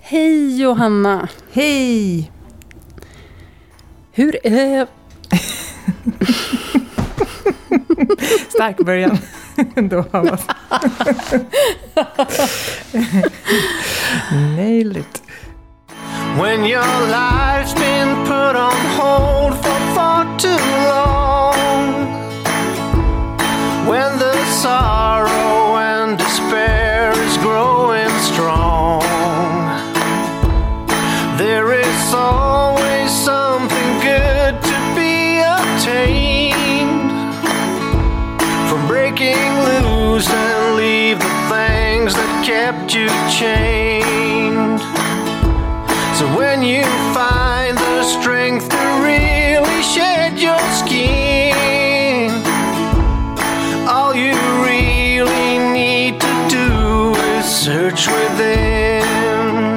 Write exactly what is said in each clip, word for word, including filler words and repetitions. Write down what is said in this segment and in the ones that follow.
Hej Johanna. Hej. Hur är... Stark början. Då har man... Nailed it. When your life's been put on hold for far too long, when the sorrow and despair is growing strong, there is always something good to be obtained from breaking loose and leave the things that kept you chained. So when you find the strength to really shed your skin, all you really need to do is search within.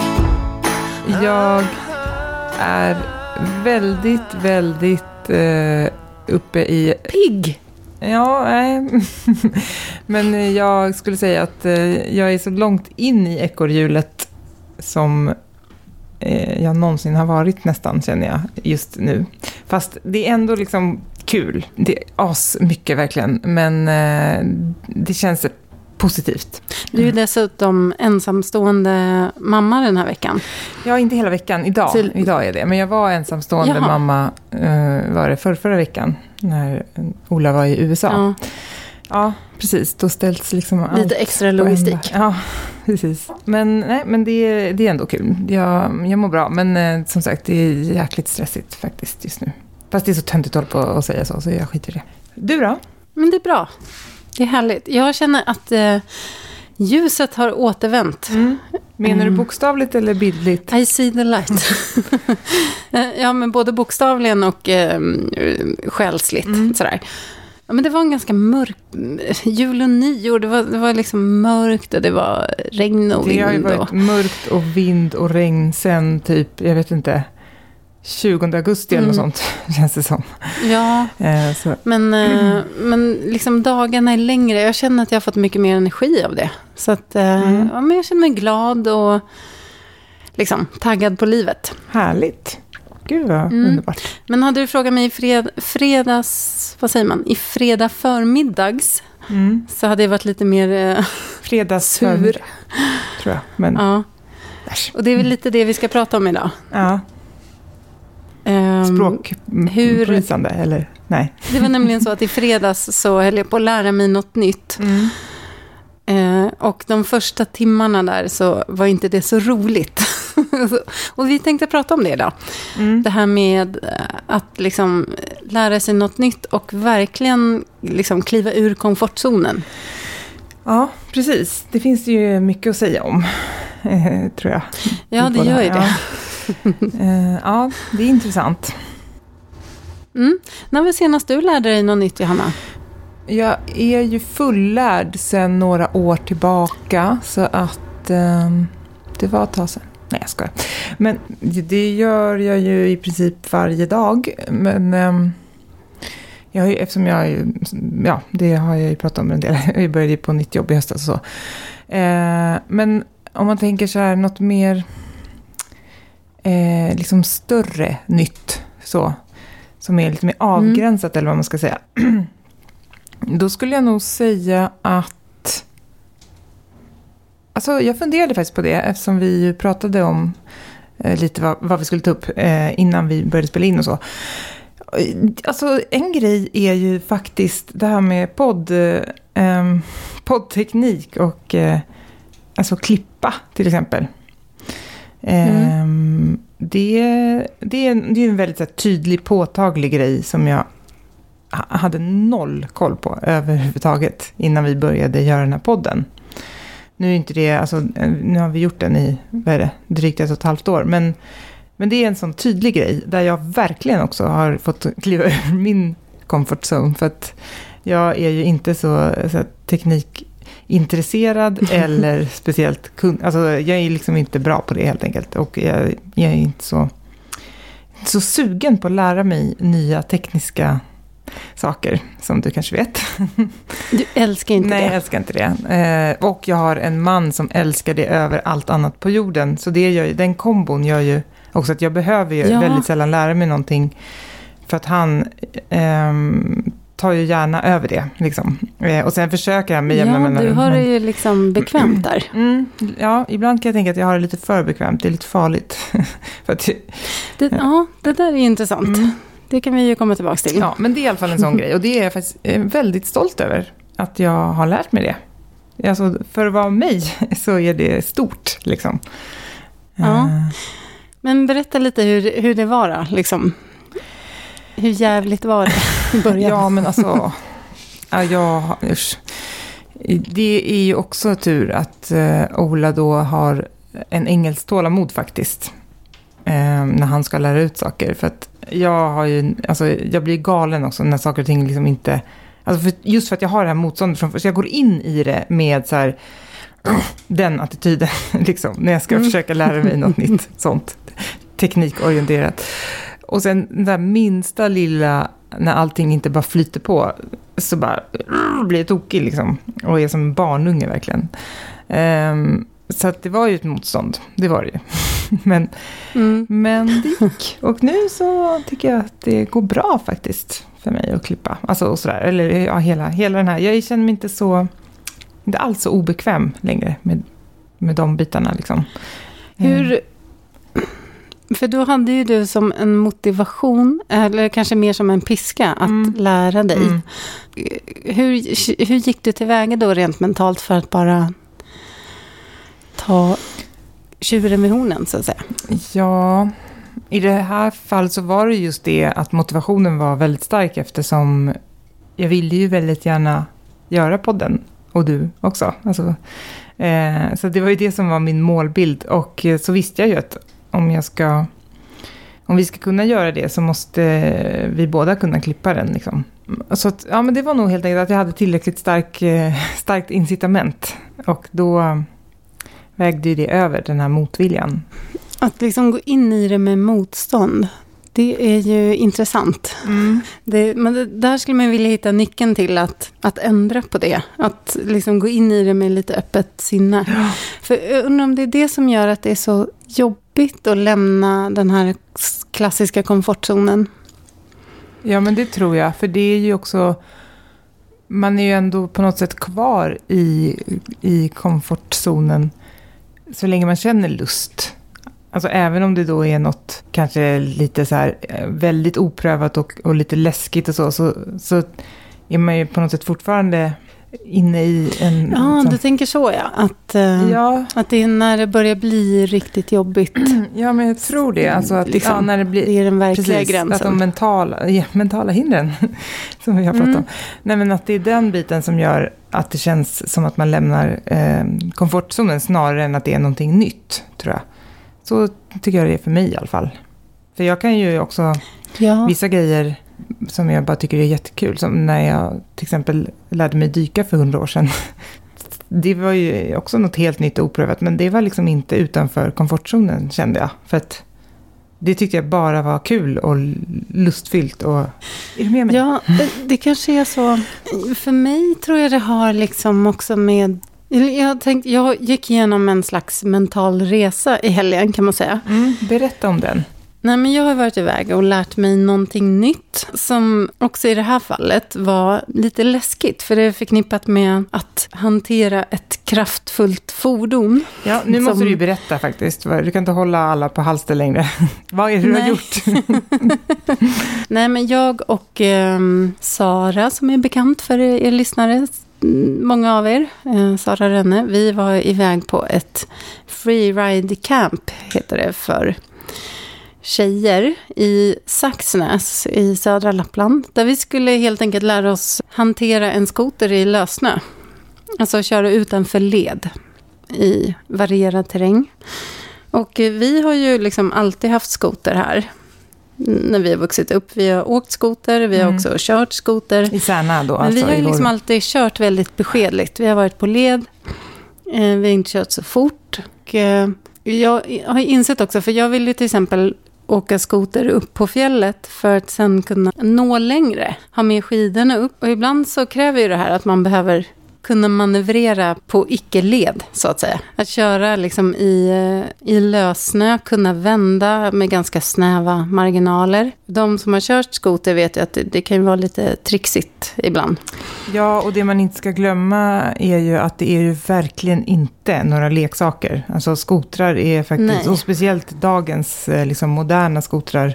Jag är väldigt, väldigt eh, uppe i... Pigg! Ja, nej. Men jag skulle säga att eh, jag är så långt in i ekorrhjulet som eh, jag någonsin har varit nästan, känner jag just nu. Fast det är ändå liksom kul. Det är as mycket verkligen. Men eh, det känns positivt. Du är dessutom ensamstående mamma den här veckan. Ja, inte hela veckan. Idag, Till... Idag är det. Men jag var ensamstående Jaha. mamma uh, var det för förra veckan. När Ola var i U S A. Ja, ja precis. Då ställs liksom allt. Lite extra logistik. Ja, precis. Men, nej, men det, är, det är ändå kul. Jag, jag mår bra. Men uh, som sagt, det är jäkligt stressigt faktiskt just nu. Fast det är så töntigt att hålla på att säga så. Så jag skiter i det. Du då? Men det är bra. Det är härligt. Jag känner att eh, ljuset har återvänt. Mm. Menar du bokstavligt eller bildligt? I see the light. Ja, men både bokstavligen och eh, själsligt. Mm. Sådär. Ja, men det var en ganska mörk jul och nyår. Det var, det var liksom mörkt och det var regn och vind. Det har ju varit och... mörkt och vind och regn sen typ, jag vet inte... tjugonde augusti eller mm. något sånt, känns det som. Ja, eh, så. men, eh, men liksom dagarna är längre. Jag känner att jag har fått mycket mer energi av det. Så att eh, mm. ja, men jag känner mig glad och liksom taggad på livet. Härligt. Gud vad mm. underbart. Men hade du frågat mig i fred, fredags, vad säger man, i fredag förmiddags mm. så hade jag varit lite mer eh, fredagsför, tror jag. Men... Ja. Och det är väl lite det vi ska prata om idag. Ja. Språkpolisande, hur... eller? Nej. Det var nämligen så att i fredags så höll jag på att lära mig något nytt. Mm. Eh, och de första timmarna där så var inte det så roligt. Och vi tänkte prata om det idag. Mm. Det här med att liksom lära sig något nytt och verkligen liksom kliva ur komfortzonen. Ja, precis. Det finns ju mycket att säga om, eh, tror jag. Ja, det gör ju det. Ja. uh, ja, det är intressant. Mm. När var senast du lärde dig något nytt, Johanna? Jag är ju fullärd sedan några år tillbaka, så att um, det var ett tag sedan. Nej, jag skojar. Men det gör jag ju i princip varje dag. Men um, jag har ju, eftersom jag ju, ja, det har jag ju pratat om en del. Jag började på nytt jobb i höstas och så. Uh, men om man tänker så här, något mer eh, liksom större nytt så, som är lite mer avgränsat mm. eller vad man ska säga. Då skulle jag nog säga att alltså jag funderade faktiskt på det eftersom vi ju pratade om eh, lite vad, vad vi skulle ta upp eh, innan vi började spela in och så. Alltså en grej är ju faktiskt det här med podd, eh, poddteknik och eh, alltså klippa till exempel. Mm. Um, det, det, är, det är en väldigt så här, tydlig, påtaglig grej som jag ha, hade noll koll på överhuvudtaget innan vi började göra den här podden. Nu är inte det, alltså, nu har vi gjort den i vad är det, drygt ett och ett halvt år, men, men det är en sån tydlig grej där jag verkligen också har fått kliva ur min comfort zone, för att jag är ju inte så, så här, teknik intresserad eller speciellt kun- alltså jag är liksom inte bra på det helt enkelt, och jag, jag är inte så så sugen på att lära mig nya tekniska saker, som du kanske vet. Du älskar inte Nej, det? Nej, jag älskar inte det. Eh, och jag har en man som älskar det över allt annat på jorden. Så det gör ju, den kombon gör ju också att jag behöver ju ja. väldigt sällan lära mig någonting. För att han eh, tar ju gärna över det. Liksom. Eh, och sen försöker han med jämna Ja, mellanrum. du har men... det ju liksom bekvämt där. Mm, ja, ibland kan jag tänka att jag har det lite för bekvämt. Det är lite farligt. för att, det, ja. ja, det där är intressant. Mm. Det kan vi ju komma tillbaka till. Ja, men det är i alla fall en sån grej. Och det är jag faktiskt väldigt stolt över. Att jag har lärt mig det. Alltså, för att vara mig så är det stort. Liksom. Ja. Uh. Men berätta lite hur, hur det var då. Liksom. Hur jävligt var det i början? Ja, men alltså... ja, jag, usch. Det är ju också tur att uh, Ola då har en engelsk tålamod faktiskt. Uh, när han ska lära ut saker. För att jag har ju... Alltså, jag blir galen också när saker och ting liksom inte... Alltså för, just för att jag har det här motståndet. Så jag går in i det med så här... den attityden liksom. När jag ska mm. försöka lära mig något nytt. Sånt. Teknikorienterat. Och sen den där minsta lilla... När allting inte bara flyter på. Så bara... blir tokig liksom. Och är som en barnunge verkligen. Um, så att det var ju ett motstånd. Det var det ju. men, mm. men det gick. Och nu så tycker jag att det går bra faktiskt. För mig att klippa. Alltså och sådär. Eller ja, hela, hela den här. Jag känner mig inte så... Inte alls så obekväm längre. Med, med de bitarna liksom. Hur... För då hade ju du som en motivation, eller kanske mer som en piska, att mm. lära dig. Mm. Hur, hur gick du tillväga då rent mentalt för att bara ta tjuren vid hornen, så att säga? Ja, i det här fallet så var det just det att motivationen var väldigt stark eftersom jag ville ju väldigt gärna göra podden. Och du också. Alltså, eh, så det var ju det som var min målbild. Och eh, så visste jag ju att om jag ska om vi ska kunna göra det så måste vi båda kunna klippa den liksom. Så att, ja, men det var nog helt enkelt att jag hade tillräckligt stark, eh, starkt incitament. Och då vägde ju det över den här motviljan. Att liksom gå in i det med motstånd, det är ju intressant. Mm. Det, men det, där skulle man vilja hitta nyckeln till att, att ändra på det. Att liksom gå in i det med lite öppet sinne. Ja. För jag undrar om det är det som gör att det är så jobbigt att lämna den här klassiska komfortzonen. Ja, men det tror jag. För det är ju också... Man är ju ändå på något sätt kvar i, i komfortzonen så länge man känner lust. Alltså även om det då är något kanske lite så här väldigt oprövat och, och lite läskigt och så, så, så är man ju på något sätt fortfarande inne i en... Ja, så... du tänker så ja. Att, uh, ja. Att det är när det börjar bli riktigt jobbigt. Ja, men jag tror det. Alltså att liksom, ja, när det blir... Det är den verkliga precis, gränsen. Att de mentala, ja, mentala hindren som vi har pratat mm. om. Nej, men att det är den biten som gör att det känns som att man lämnar eh, komfortzonen snarare än att det är någonting nytt, tror jag. Så tycker jag det är för mig i alla fall. För jag kan ju också... Ja. Vissa grejer som jag bara tycker är jättekul. Som när jag till exempel lärde mig dyka för hundra år sedan. Det var ju också något helt nytt och oprövat. Men det var liksom inte utanför komfortzonen, kände jag. För att det tyckte jag bara var kul och lustfyllt. Och... Är du med mig? Ja, det, det kanske är så. För mig tror jag det har liksom också med... Jag, tänkte, jag gick igenom en slags mental resa i helgen, kan man säga. Mm, berätta om den. Nej, men jag har varit iväg och lärt mig någonting nytt som också i det här fallet var lite läskigt. För det är förknippat med att hantera ett kraftfullt fordon. Ja, nu som... måste du ju berätta faktiskt. Du kan inte hålla alla på halster längre. Vad är det du Nej. har gjort? Nej, men jag och eh, Sara, som är bekant för er, er lyssnare, många av er, eh, Sara Rönne, vi var iväg på ett freeride camp, heter det, för tjejer i Saxnäs i södra Lappland, där vi skulle helt enkelt lära oss hantera en skoter i lössnö. Alltså köra utanför led i varierad terräng. Och vi har ju liksom alltid haft skoter här när vi har vuxit upp. Vi har åkt skoter, vi har mm. också kört skoter. I Särna då? Men alltså, vi har ju liksom vår... alltid kört väldigt beskedligt. Vi har varit på led, eh, vi har inte kört så fort. Och, eh, jag har insett också, för jag vill ju till exempel åka skoter upp på fjället för att sen kunna nå längre. Ha med skidorna upp. Och ibland så kräver ju det här att man behöver kunna manövrera på icke-led, så att säga. Att köra liksom i, i lössnö, kunna vända med ganska snäva marginaler. De som har kört skoter vet ju att det, det kan ju vara lite trixigt ibland. Ja, och det man inte ska glömma är ju att det är ju verkligen inte några leksaker. Alltså skotrar är faktiskt, Nej. och speciellt dagens liksom, moderna skotrar,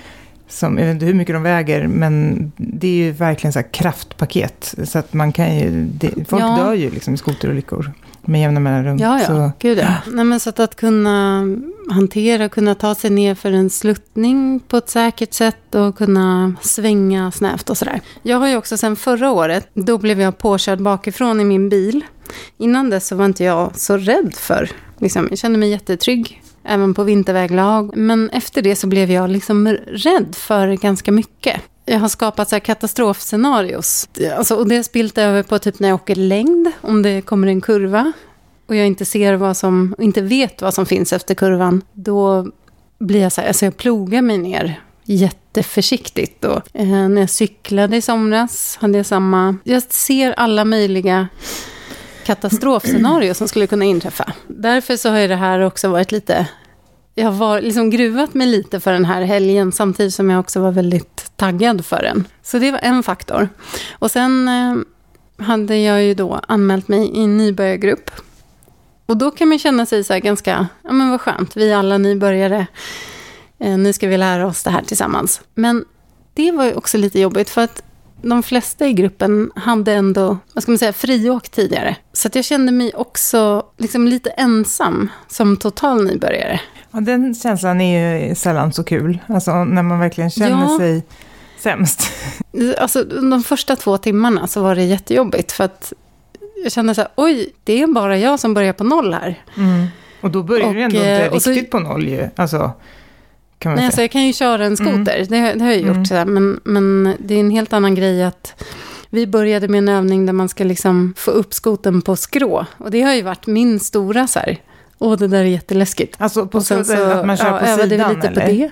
som, jag vet inte hur mycket de väger, men det är ju verkligen så här kraftpaket. Så att man kan ju, det, folk ja. dör ju liksom i skoterolyckor med jämna mellanrum. Ja, ja. Så, Gud, ja. Nej, men så att, att kunna hantera, kunna ta sig ner för en sluttning på ett säkert sätt och kunna svänga snävt och sådär. Jag har ju också sedan förra året, då blev jag påkörd bakifrån i min bil. Innan dess så var inte jag så rädd för, liksom, jag kände mig jättetrygg. Även på vinterväglag. Men efter det så blev jag liksom rädd för ganska mycket. Jag har skapat så här katastrofscenarios. Alltså, och det har spilt över på typ när jag åker längd. Om det kommer en kurva. Och jag inte ser vad som, inte vet vad som finns efter kurvan. Då blir jag så här, alltså jag plogar mig ner jätteförsiktigt. Och, eh, när jag cyklade i somras hade jag samma. Jag ser alla möjliga katastrofscenario som skulle kunna inträffa. Därför så har ju det här också varit lite, jag har liksom gruvat mig lite för den här helgen samtidigt som jag också var väldigt taggad för den. Så det var en faktor. Och sen eh, hade jag ju då anmält mig i en nybörjargrupp. Och då kan man känna sig så här ganska, ja men vad skönt, vi alla nybörjare, eh, nu ska vi lära oss det här tillsammans. Men det var ju också lite jobbigt för att de flesta i gruppen hade ändå, vad ska man säga, friåkt tidigare. Så att jag kände mig också liksom lite ensam som total nybörjare. Ja, den känslan är ju sällan så kul. Alltså när man verkligen känner ja. sig sämst. Alltså de första två timmarna så var det jättejobbigt för att jag kände så här, oj, det är bara jag som börjar på noll här. Mm. Och då börjar och, du ändå inte riktigt så, på noll ju. Alltså... Nej, alltså jag kan ju köra en skoter, mm. det, det har jag gjort mm. sådär, men, men det är en helt annan grej att vi började med en övning där man ska liksom få upp skoten på skrå, och det har ju varit min stora så här, åh det där är jätteläskigt. Alltså på så, så att man kör ja, på sidan lite eller? På det.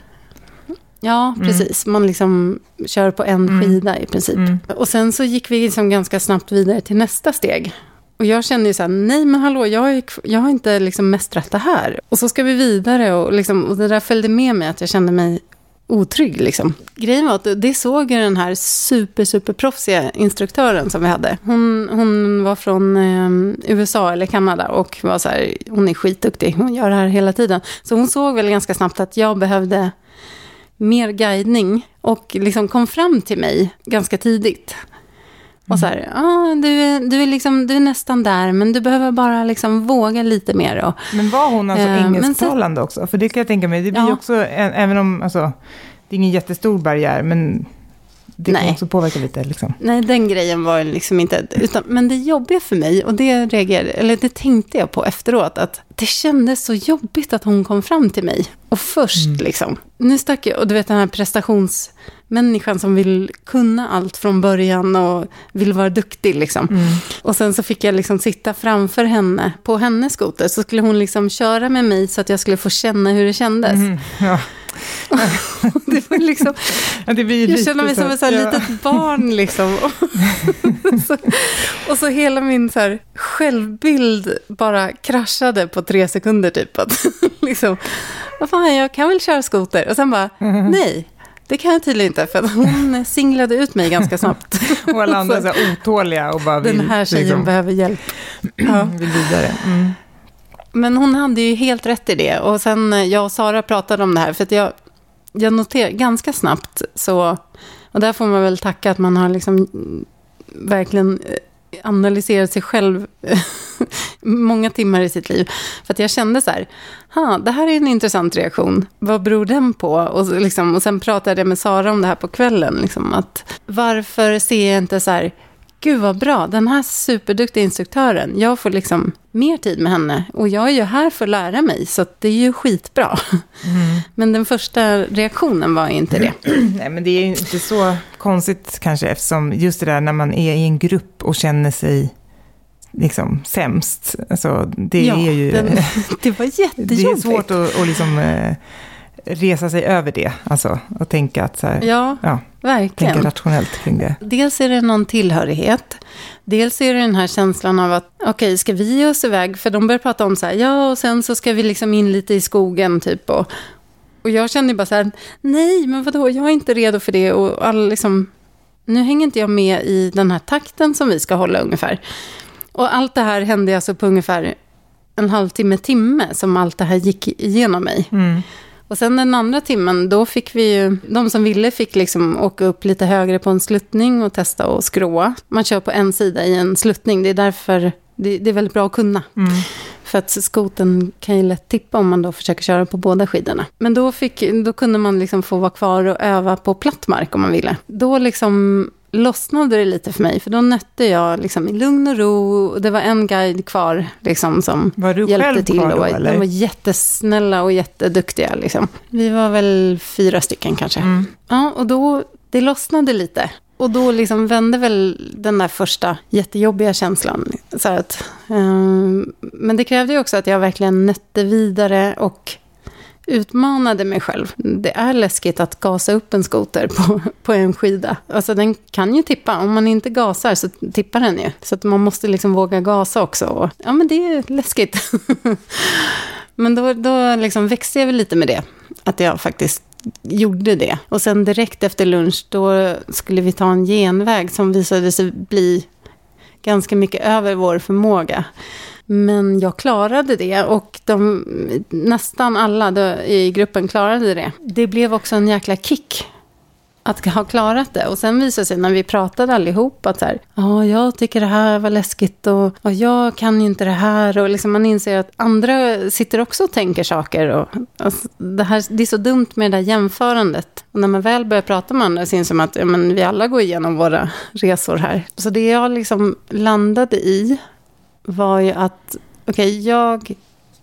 Ja, precis. Mm. Man liksom kör på en mm. skida i princip. Mm. Och sen så gick vi liksom ganska snabbt vidare till nästa steg. Och jag kände ju så här, nej men hallå, jag, är, jag har inte liksom mästrat det här. Och så ska vi vidare och, liksom, och det där följde med mig att jag kände mig otrygg. Liksom. Grejen var att det såg ju den här super, super proffsiga instruktören som vi hade. Hon, hon var från eh, U S A eller Kanada och var så här, hon är skitduktig, hon gör det här hela tiden. Så hon såg väl ganska snabbt att jag behövde mer guidning och liksom kom fram till mig ganska tidigt. Och så här, ah, du, är, du, är liksom, du är nästan där, men du behöver bara liksom våga lite mer. Och, men var hon alltså eh, engelsktalande så, också? För det kan jag tänka mig, det blir ja. också, en, även om, alltså, det är ingen jättestor barriär, men det kan också påverka lite. Liksom. Nej, den grejen var liksom inte, utan, men det jobbiga för mig, och det reagerade, eller det tänkte jag på efteråt, att det kändes så jobbigt att hon kom fram till mig. Och först mm. liksom, nu stack jag, och du vet den här prestationsmänniskan som vill kunna allt från början och vill vara duktig liksom. Mm. Och sen så fick jag liksom sitta framför henne på hennes skoter, så skulle hon liksom köra med mig så att jag skulle få känna hur det kändes. Mm. Ja. Det var liksom, ja, det blir jag kände mig som ett så här ja. litet barn liksom. Och så, och så hela min så här självbild bara kraschade på tre sekunder typ. Att, liksom, vad fan, jag kan väl köra skoter. Och sen bara, mm. nej, det kan jag tydligen inte. För att hon singlade ut mig ganska snabbt. Och alla andra så här otåliga och bara vill, den här tjejen liksom, behöver hjälp. Ja. Vill vidare. Mm. Men hon hade ju helt rätt i det. Och sen jag och Sara pratade om det här. För att jag, jag noterade ganska snabbt. Så, och där får man väl tacka att man har liksom verkligen analyserat sig själv många timmar i sitt liv. För att jag kände så här, ha, det här är en intressant reaktion. Vad beror den på? Och, liksom, och sen pratade jag med Sara om det här på kvällen. Liksom, att varför ser jag inte så här, gud vad bra, den här superduktiga instruktören, jag får liksom mer tid med henne och jag är ju här för att lära mig, så att det är ju skitbra. Mm. Men den första reaktionen var inte det. Nej, men det är ju inte så konstigt kanske, eftersom just det där när man är i en grupp och känner sig liksom sämst, alltså det ja, är ju den, det var jättejobbigt. Det är svårt att, att liksom resa sig över det. Alltså, och tänka att så här, Ja, ja, verkligen. tänka rationellt kring det. Dels är det någon tillhörighet. Dels är det den här känslan av att okej, okay, ska vi ge oss iväg? För de börjar prata om så här, ja, och sen så ska vi liksom in lite i skogen typ. Och, och jag kände bara så här, nej, men vadå, jag är inte redo för det. Och all, liksom, nu hänger inte jag med i den här takten som vi ska hålla ungefär. Och allt det här hände alltså på ungefär en halvtimme, timme som allt det här gick igenom mig. Mm. Och sen den andra timmen, då fick vi ju, de som ville fick liksom åka upp lite högre på en sluttning och testa och skråa. Man kör på en sida i en sluttning, det är därför det, det är väldigt bra att kunna. Mm. För att skoten kan ju lätt tippa om man då försöker köra på båda skidorna. Men då, fick, då kunde man liksom få vara kvar och öva på platt mark om man ville. Då liksom lossnade det lite för mig, för då nötte jag liksom i lugn och ro, och det var en guide kvar liksom, som var du hjälpte själv till. Kvar då, och eller? De var jättesnälla och jätteduktiga. Liksom. Vi var väl fyra stycken kanske. Mm. Ja, och då, det lossnade lite. Och då liksom vände väl den där första jättejobbiga känslan. Så att, um, men det krävde ju också att jag verkligen nötte vidare och utmanade mig själv. Det är läskigt att gasa upp en skoter på, på en skida. Alltså den kan ju tippa. Om man inte gasar så tippar den ju. Så att man måste liksom våga gasa också. Och, ja, men det är läskigt. Men då, då liksom växte jag väl lite med det. Att jag faktiskt gjorde det. Och sen direkt efter lunch då skulle vi ta en genväg som visade sig bli ganska mycket över vår förmåga. Men jag klarade det, och de, nästan alla då, i gruppen klarade det. Det blev också en jäkla kick att ha klarat det. Och sen visade sig när vi pratade allihop att så här, ja, jag tycker det här var läskigt och, och jag kan inte det här. Och liksom man inser att andra sitter också och tänker saker. Och, alltså, det, här, det är så dumt med det där jämförandet. Och när man väl börjar prata med andra syns som att ja, men vi alla går igenom våra resor här. Så det jag liksom landade i var ju att okej, okay, jag,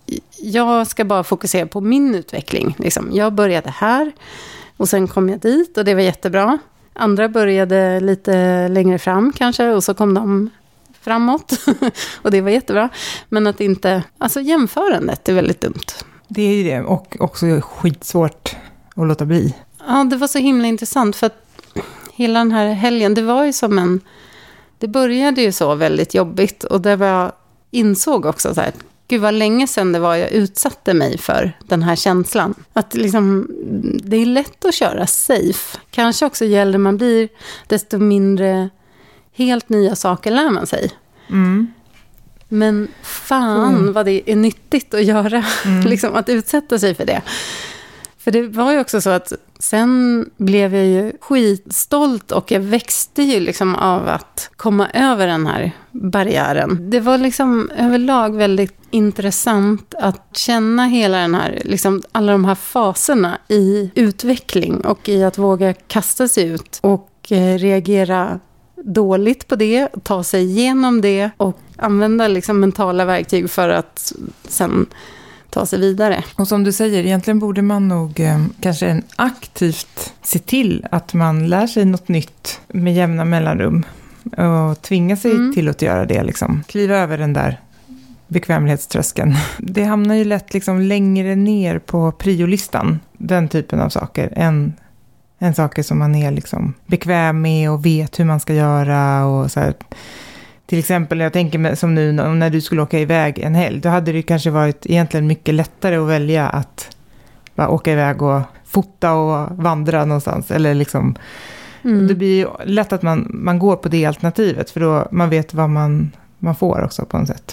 jag ska bara fokusera på min utveckling. Liksom. Jag började här och sen kom jag dit och det var jättebra. Andra började lite längre fram kanske och så kom de framåt och det var jättebra. Men att inte, alltså jämförandet är väldigt dumt. Det är ju det, och också skitsvårt att låta bli. Ja, det var så himla intressant för att hela den här helgen, det var ju som en, det började ju så väldigt jobbigt och det var, insåg också så här, gud vad länge sedan det var jag utsatte mig för den här känslan. Att liksom, det är lätt att köra safe. Kanske också gäller man blir, desto mindre helt nya saker lär man sig. Mm. Men fan mm. vad det är nyttigt att göra. Mm. liksom, att utsätta sig för det. För det var ju också så att sen blev jag ju skitstolt och jag växte ju liksom av att komma över den här barriären. Det var liksom överlag väldigt intressant att känna hela den här, liksom alla de här faserna i utveckling och i att våga kasta sig ut och eh, reagera dåligt på det, ta sig igenom det och använda liksom mentala verktyg för att sen ta sig vidare. Och som du säger, egentligen borde man nog eh, kanske en aktivt se till att man lär sig något nytt med jämna mellanrum och tvinga sig mm. till att göra det. Liksom. Kliva över den där bekvämlighetströskeln. Det hamnar ju lätt liksom längre ner på priolistan, den typen av saker, än, än saker som man är liksom bekväm med och vet hur man ska göra och så här. Till exempel, jag tänker mig, som nu när du skulle åka iväg en helg, då hade det kanske varit egentligen mycket lättare att välja att bara åka iväg och fota och vandra någonstans. Eller liksom, mm. det blir ju lätt att man, man går på det alternativet, för då man vet vad man, man får också på något sätt.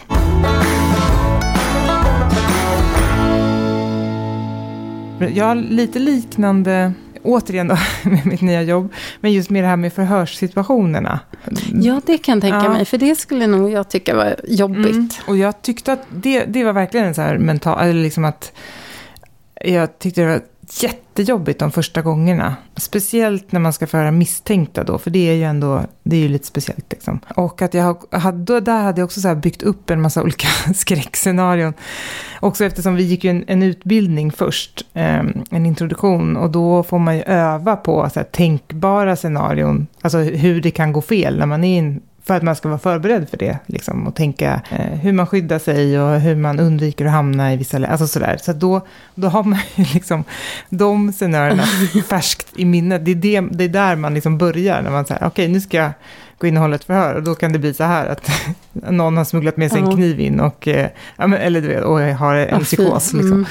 Jag har lite liknande, återigen då, med mitt nya jobb, men just med det här med förhörssituationerna. Ja, det kan jag tänka ja. mig, för det skulle nog jag tycka var jobbigt. Mm. Och jag tyckte att det, det var verkligen en så här mental, eller liksom att jag tyckte det var jättejobbigt de första gångerna. Speciellt när man ska föra misstänkta då, för det är ju ändå, det är ju lite speciellt liksom. Och att jag hade, där hade jag också så här byggt upp en massa olika skräckscenarion. Också eftersom vi gick ju en, en utbildning först, eh, en introduktion, och då får man ju öva på så här tänkbara scenarion, alltså hur det kan gå fel när man är i en för att man ska vara förberedd för det. Liksom, och tänka eh, hur man skyddar sig och hur man undviker att hamna i vissa lägen. Alltså sådär. Så då, då har man ju liksom de scenarierna färskt i minnet. Det är, det, det är där man liksom börjar. När man säger, okej okay, nu ska jag gå in och hålla ett förhör. Och då kan det bli så här att någon har smugglat med sig en kniv in. Och, eh, eller du vet, och har en psykos. Liksom. Mm.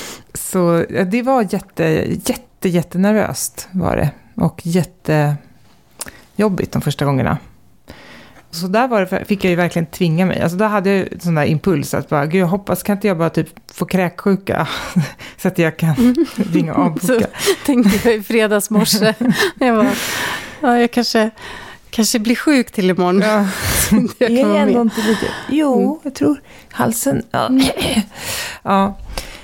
Så ja, det var jätte, jätte, jättenervöst var det. Och jättejobbigt de första gångerna. Så där var det, fick jag ju verkligen tvinga mig. Alltså där hade jag sån där impuls att bara, gud jag hoppas kan inte jag bara typ få kräksjuka så att jag kan mm. ringa och avboka. Så tänkte jag i fredagsmorse. Jag bara, ja jag kanske, kanske blir sjuk till imorgon. Ja. Jag kan är ändå inte lite, jo mm. jag tror halsen, ja. Ja.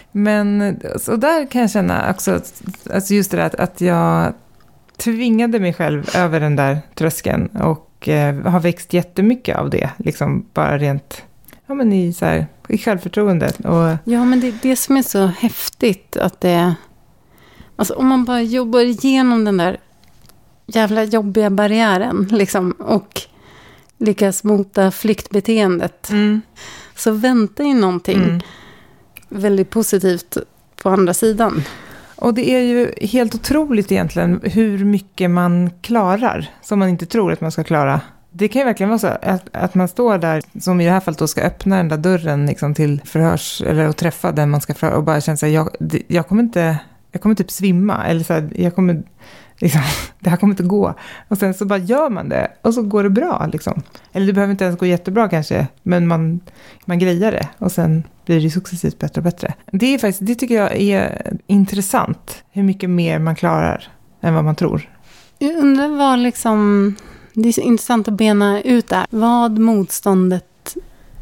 Men så där kan jag känna också, alltså just det där att, att jag tvingade mig själv över den där tröskeln och eh, har växt jättemycket av det, liksom bara rent ja, men i, så här, i självförtroendet. Och... Ja, men det är det som är så häftigt att det, alltså om man bara jobbar igenom den där jävla jobbiga barriären liksom, och lyckas mota flyktbeteendet mm. så väntar ju någonting mm. väldigt positivt på andra sidan. Och det är ju helt otroligt egentligen hur mycket man klarar som man inte tror att man ska klara. Det kan ju verkligen vara så att, att man står där, som i det här fallet då ska öppna den där dörren liksom till förhörs, eller att träffa den man ska förhöra och bara känna sig, jag, jag kommer inte, jag kommer typ svimma, eller så här, jag kommer liksom, det här kommer inte gå. Och sen så bara gör man det och så går det bra liksom. Eller det behöver inte ens gå jättebra kanske, men man, man grejar det och sen blir det successivt bättre och bättre. Det är faktiskt, det tycker jag är intressant, hur mycket mer man klarar än vad man tror. Jag undrar vad liksom, det är så intressant att bena ut där, vad motståndet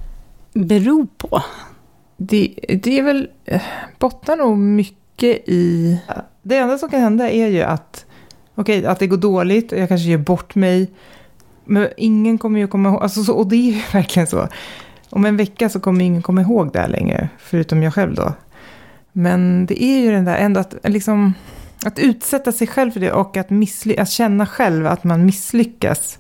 beror på. Det, det är väl, bottnar nog mycket i, det enda som kan hända är ju att okej, att det går dåligt och jag kanske gör bort mig. Men ingen kommer ju komma ihåg, alltså så, och det är ju verkligen så. Om en vecka så kommer ingen komma ihåg det här längre, förutom jag själv då. Men det är ju den där ändå att liksom, att utsätta sig själv för det och att, missly- att känna själv att man misslyckas.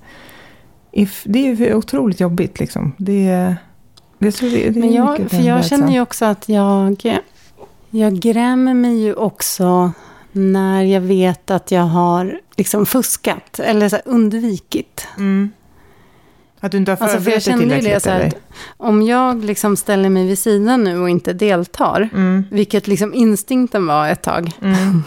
Det är ju otroligt jobbigt liksom. Det är, det tror det, det är Men jag, mycket för jag känner ju också att jag, jag grämer mig ju också när jag vet att jag har liksom fuskat eller så här undvikit. Mm. Att du inte har förberett alltså, för jag känner ju det så här, att om jag liksom ställer mig vid sidan nu och inte deltar, mm. vilket liksom instinkten var ett tag, mm.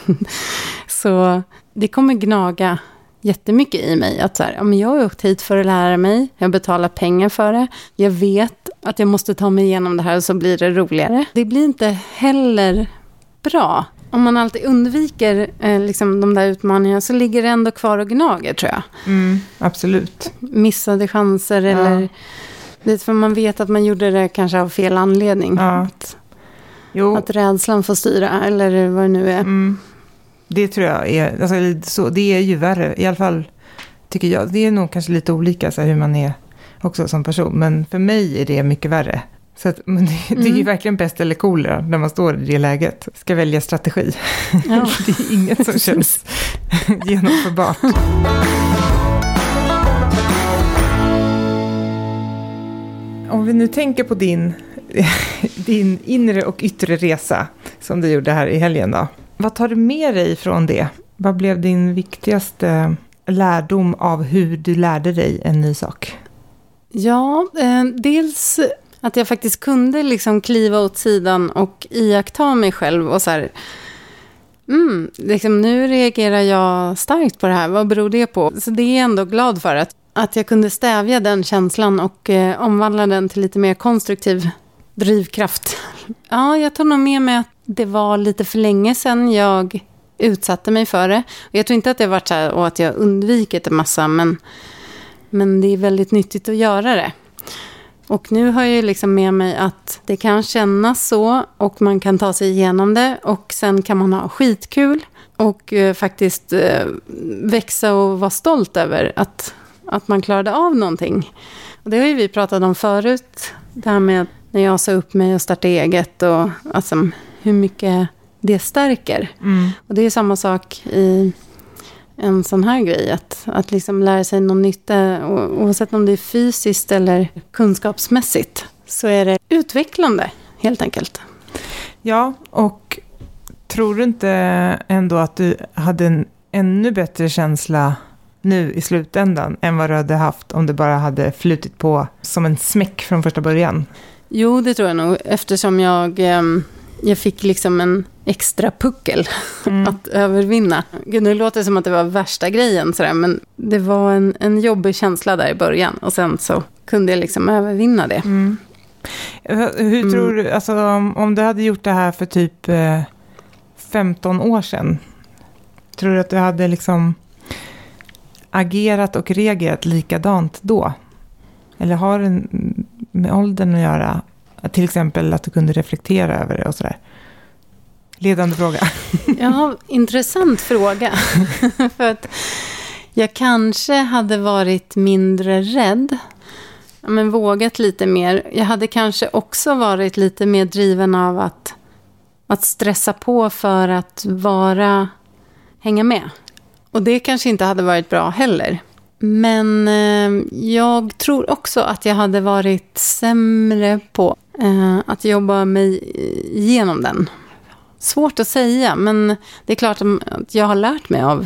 så det kommer gnaga jättemycket i mig. Att så här, ja, men jag har åkt hit för att lära mig, jag betalar pengar för det, jag vet att jag måste ta mig igenom det här och så blir det roligare. Det blir inte heller bra. Om man alltid undviker eh, liksom de där utmaningarna så ligger det ändå kvar och gnager, tror jag. Mm, absolut. Missade chanser ja. eller... Det är för man vet att man gjorde det kanske av fel anledning. Ja. Att, jo. att rädslan får styra eller vad det nu är. Mm. Det tror jag är... Alltså, så, det är ju värre. I alla fall tycker jag. Det är nog kanske lite olika så här, hur man är också som person. Men för mig är det mycket värre. Så att, men det, mm. det är ju verkligen bäst eller coolare när man står i det läget. Ska välja strategi. Ja. Det är inget som känns genomförbart. Om vi nu tänker på din, din inre och yttre resa som du gjorde här i helgen då. Vad tar du med dig från det? Vad blev din viktigaste lärdom av hur du lärde dig en ny sak? Ja, eh, dels... Att jag faktiskt kunde liksom kliva åt sidan och iaktta mig själv och så här, mm, liksom nu reagerar jag starkt på det här, vad beror det på? Så det är jag ändå glad för, att, att jag kunde stävja den känslan och eh, omvandla den till lite mer konstruktiv drivkraft. Ja, jag tar nog med mig att det var lite för länge sedan jag utsatte mig för det. Och jag tror inte att det har varit så här och att jag undvikit en massa, men, men det är väldigt nyttigt att göra det. Och nu har jag liksom med mig att det kan kännas så och man kan ta sig igenom det och sen kan man ha skitkul och eh, faktiskt eh, växa och vara stolt över att, att man klarade av någonting. Och det har ju vi pratat om förut, det här med när jag sa upp mig och startade eget och alltså, hur mycket det stärker. Mm. Och det är samma sak i en sån här grej. Att, att liksom lära sig något nytt, oavsett om det är fysiskt eller kunskapsmässigt, så är det utvecklande helt enkelt. Ja, och tror du inte ändå att du hade en ännu bättre känsla nu i slutändan än vad du hade haft om det bara hade flutit på som en smäck från första början? Jo, det tror jag nog, eftersom jag, jag fick liksom en extra puckel mm. att övervinna. Gud, nu låter det som att det var värsta grejen, sådär, men det var en, en jobbig känsla där i början och sen så kunde jag liksom övervinna det. Mm. Hur mm. tror du, alltså om, om du hade gjort det här för typ eh, femton år sedan, tror du att du hade liksom agerat och reagerat likadant då? Eller har det med åldern att göra? Till exempel att du kunde reflektera över det och sådär. Ledande fråga. Ja, intressant fråga. För att jag kanske hade varit mindre rädd. Men vågat lite mer. Jag hade kanske också varit lite mer driven av att, att stressa på för att vara, hänga med. Och det kanske inte hade varit bra heller. Men eh, jag tror också att jag hade varit sämre på eh, att jobba mig igenom den. Svårt att säga, men det är klart att jag har lärt mig av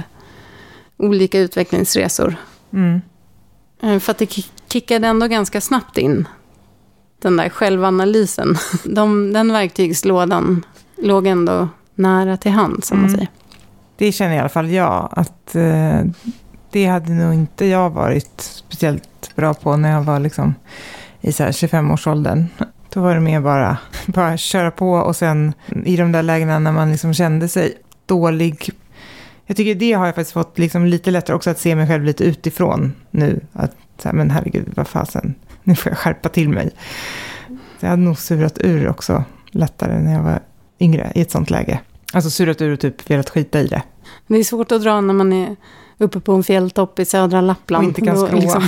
olika utvecklingsresor. Mm. Eh, för att det kickade ändå ganska snabbt in, den där självanalysen. De, den verktygslådan låg ändå nära till hand, som mm. man säger. Det känner i alla fall jag, att eh, det hade nog inte jag varit speciellt bra på när jag var liksom i så här tjugofem-årsåldern. Då var det mer bara, bara köra på, och sen i de där lägena när man liksom kände sig dålig. Jag tycker det har jag faktiskt fått liksom lite lättare också att se mig själv lite utifrån nu. Att så här, men herregud, vad fasen, nu får jag skärpa till mig. Så jag hade nog surat ur också lättare när jag var yngre i ett sånt läge. Alltså surat ur och typ velat skita i det. Det är svårt att dra när man är uppe på en fjälltopp i södra Lappland. Och inte kan skråa. Liksom.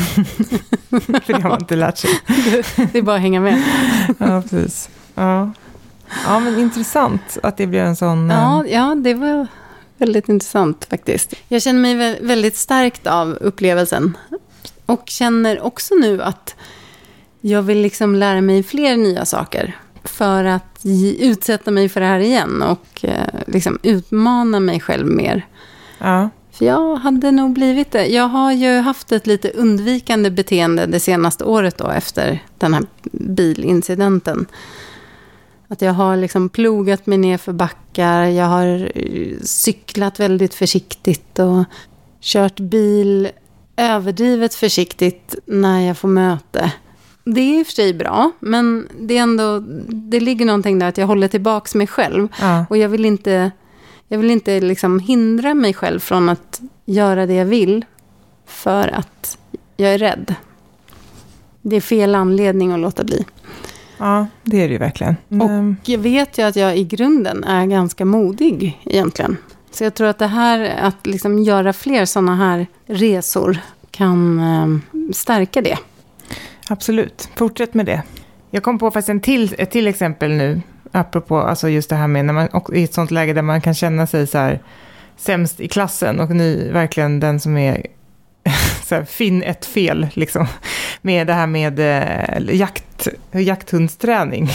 För det har man inte lärt sig. Det är bara att hänga med. Ja, precis. Ja. Ja, men intressant att det blir en sån... Ja, ja, det var väldigt intressant faktiskt. Jag känner mig väldigt starkt av upplevelsen. Och känner också nu att jag vill liksom lära mig fler nya saker. För att utsätta mig för det här igen. Och liksom utmana mig själv mer. Ja. För jag hade nog blivit det. Jag har ju haft ett lite undvikande beteende det senaste året då, efter den här bilincidenten. Att jag har liksom plogat mig ner för backar. Jag har cyklat väldigt försiktigt och kört bil överdrivet försiktigt när jag får möte. Det är i och för sig bra, men det är ändå, det ligger någonting där att jag håller tillbaks mig själv. Ja. Och jag vill inte... Jag vill inte liksom hindra mig själv från att göra det jag vill för att jag är rädd. Det är fel anledning att låta bli. Ja, det är det ju verkligen. Och jag vet ju att jag i grunden är ganska modig egentligen. Så jag tror att det här, att liksom göra fler sådana här resor kan eh, stärka det. Absolut, fortsätt med det. Jag kom på faktiskt en till, ett till exempel nu. Apropå alltså just det här med när man i ett sånt läge där man kan känna sig så här sämst i klassen och ni verkligen den som är så här, finn ett fel liksom, med det här med eh, jakt, jakthundsträning.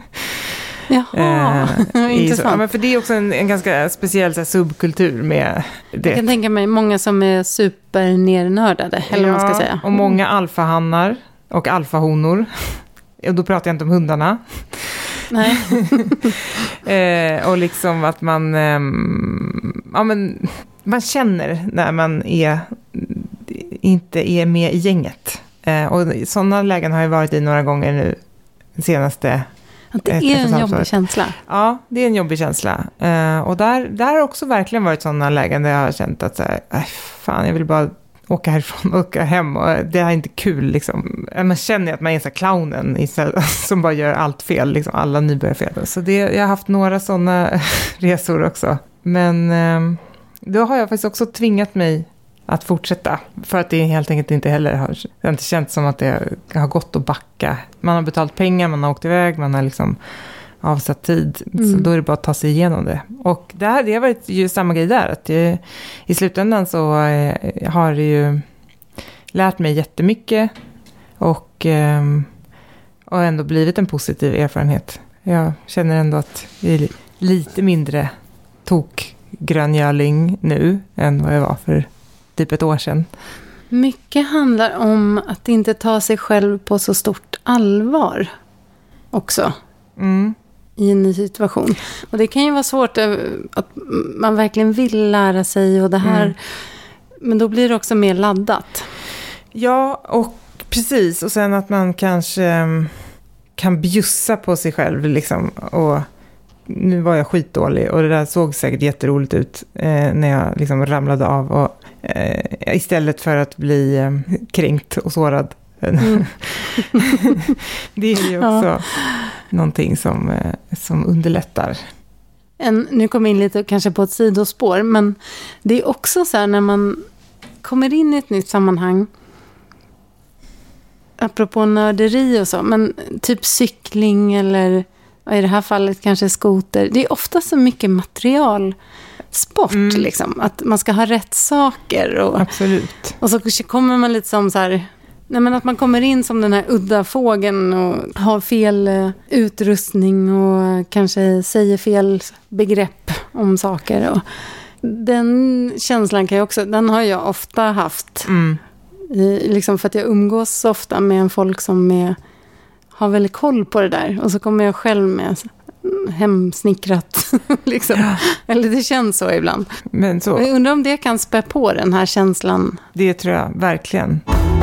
Jaha, eh, intressant. Ja, men för det är också en, en ganska speciell så här, subkultur med det. Jag kan tänka mig många som är supernernördade, eller ja, vad man ska säga. Och många alfahannar och alfahonor. Och då pratar jag inte om hundarna. Nej. eh, och liksom att man eh, ja, men, man känner när man är inte är med i gänget. Eh, och sådana lägen har jag varit i några gånger nu senaste. Att det är en jobbig känsla. Ja, det är en jobbig känsla. Eh, och där, där har också verkligen varit sådana lägen där jag har känt att så här, äh, fan, jag vill bara åka härifrån och åka hem, och det är inte kul liksom. Man känner att man är så här clownen istället, som bara gör allt fel, liksom alla nybörjarfel. Så det, jag har haft några sådana resor också. Men eh, då har jag faktiskt också tvingat mig att fortsätta, för att det helt enkelt inte heller har, det har inte känts som att det har gått att backa. Man har betalt pengar, man har åkt iväg, man har liksom avsatt tid. Mm. Så då är det bara att ta sig igenom det. Och det, här, det har varit ju samma grej där. Att det, i slutändan så eh, har det ju lärt mig jättemycket. Och, eh, och ändå blivit en positiv erfarenhet. Jag känner ändå att jag är lite mindre tokgröngöling nu än vad jag var för typ ett år sedan. Mycket handlar om att inte ta sig själv på så stort allvar också. Mm. I en ny situation. Och det kan ju vara svårt att man verkligen vill lära sig och det här. Mm. Men då blir det också mer laddat. Ja, och precis. Och sen att man kanske kan bjussa på sig själv liksom. Och nu var jag skitdålig och det där såg säkert jätteroligt ut eh, när jag liksom ramlade av. Och, eh, istället för att bli eh, kränkt och sårad. Mm. Det är ju också ja. någonting som, eh, som underlättar. En, nu kommer jag in lite kanske på ett sidospår, men det är också så här när man kommer in i ett nytt sammanhang, apropå nörderi och så, men typ cykling eller i det här fallet kanske skoter. Det är ofta så mycket materialsport mm. liksom, att man ska ha rätt saker. Och, absolut. Och så kommer man lite som så här, nej men att man kommer in som den här udda fågeln och har fel uh, utrustning och kanske säger fel begrepp om saker. Och den känslan kan jag också, den har jag ofta haft. Mm. I, liksom för att jag umgås så ofta med en folk som är, har väldigt koll på det där. Och så kommer jag själv med hemsnickrat. liksom. Ja. Eller det känns så ibland. Men så, jag undrar om det kan spä på den här känslan. Det tror jag verkligen.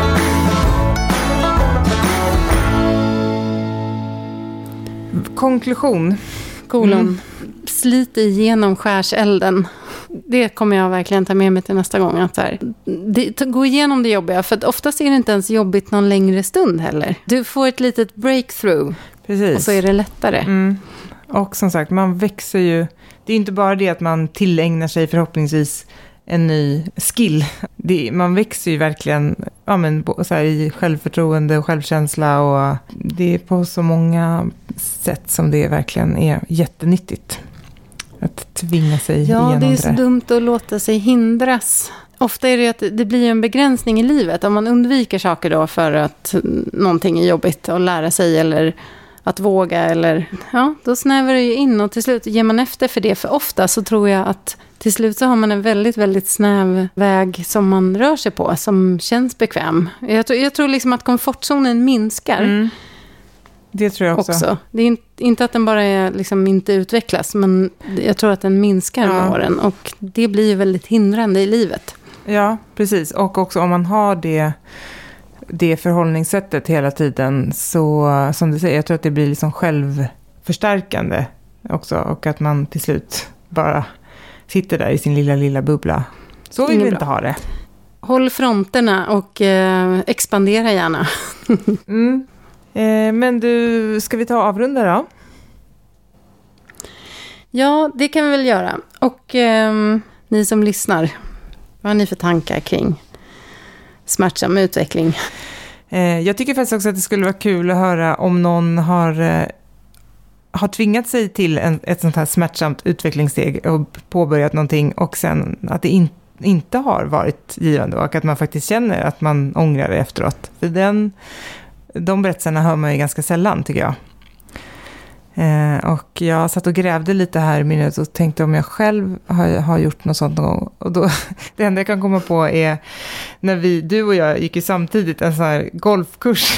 Konklusion. Kolon. Mm. Slit igenom skärselden. Det kommer jag verkligen ta med mig till nästa gång. Att här, det, gå igenom det jobbiga. För att oftast är det inte ens jobbigt någon längre stund heller. Du får ett litet breakthrough. Precis. Och så är det lättare. Mm. Och som sagt, man växer ju. Det är inte bara det att man tillägnar sig förhoppningsvis en ny skill. Det, man växer ju verkligen ja, men, så här, i självförtroende och självkänsla. Och det är på så många sätt som det verkligen är jättenyttigt. Att tvinga sig ja, igenom det. Ja, det är så dumt att låta sig hindras. Ofta är det att det blir en begränsning i livet. Om man undviker saker då för att någonting är jobbigt att lära sig eller att våga. Eller, ja, då snävar det ju in och till slut ger man efter för det. För ofta så tror jag att till slut så har man en väldigt, väldigt snäv väg som man rör sig på. Som känns bekväm. Jag tror, jag tror liksom att komfortzonen minskar. Mm. Det tror jag också. också. Det är inte att den bara är, liksom, inte utvecklas, men jag tror att den minskar med ja. åren. Och det blir ju väldigt hindrande i livet. Ja, precis. Och också om man har det, det förhållningssättet hela tiden så, som du säger, jag tror att det blir liksom självförstärkande också. Och att man till slut bara sitter där i sin lilla, lilla bubbla. Så vill vi inte ha det. Håll fronterna och eh, expandera gärna. mm. Men du, ska vi ta avrunda då? Ja, det kan vi väl göra. Och eh, ni som lyssnar, vad har ni för tankar kring smärtsam utveckling? Eh, jag tycker faktiskt också att det skulle vara kul att höra om någon har, eh, har tvingat sig till en, ett sånt här smärtsamt utvecklingssteg och påbörjat någonting och sen att det in, inte har varit givande och att man faktiskt känner att man ångrar det efteråt. För den... De berättelserna hör man ju ganska sällan tycker jag. Eh, och jag satt och grävde lite här i minnet och tänkte om jag själv har, har gjort något sånt någon gång. Och då, det enda jag kan komma på är när vi, du och jag gick ju samtidigt en sån här golfkurs.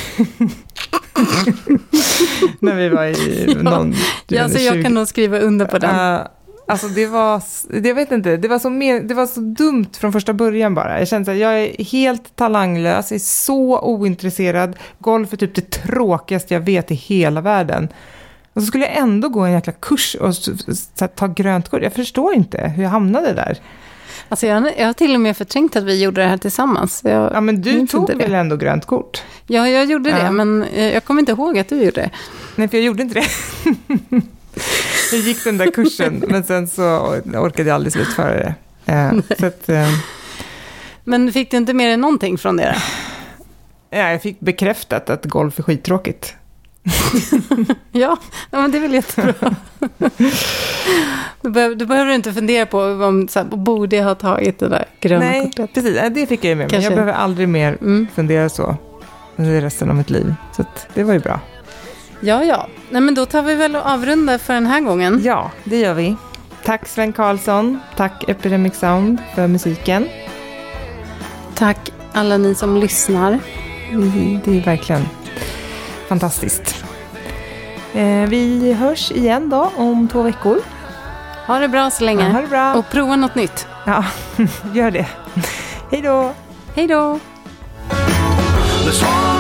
när vi var i någon... Ja, alltså jag kan nog skriva under på den. Uh, Alltså det var, jag vet inte, det var, så mer, det var så dumt från första början bara. Jag kände att jag är helt talanglös, är så ointresserad. Golf är typ det tråkigaste jag vet i hela världen. Och så skulle jag ändå gå en jäkla kurs och så, så, ta grönt kort. Jag förstår inte hur jag hamnade där. Alltså jag, jag har till och med förträngt att vi gjorde det här tillsammans. Jag, ja, men du tog väl ändå grönt kort? Ja, jag gjorde det, ja. Men jag kommer inte ihåg att du gjorde det. Nej, för jag gjorde inte det. Jag gick den där kursen, men sen så orkade jag aldrig slutföra det. Eh, så att, eh, men fick du inte mer än någonting från det? Ja, jag fick bekräftat att golf är skittråkigt. ja, ja, men det är väl jättebra. du, behöver, du behöver inte fundera på om så här, borde jag ha tagit det där gröna Nej, kortet. precis. Det fick jag ju med mig. Kanske. Jag behöver aldrig mer Mm. fundera så under resten av mitt liv. Så att det var ju bra. Ja, ja. Nej, men då tar vi väl och avrunda för den här gången. Ja, det gör vi. Tack Sven Karlsson. Tack Epidemic Sound för musiken. Tack alla ni som lyssnar. Det är verkligen fantastiskt. Eh, vi hörs igen då om två veckor. Ha det bra så länge. Ja, ha det bra. Och prova något nytt. Ja, gör det. Hej då. Hej då. The swan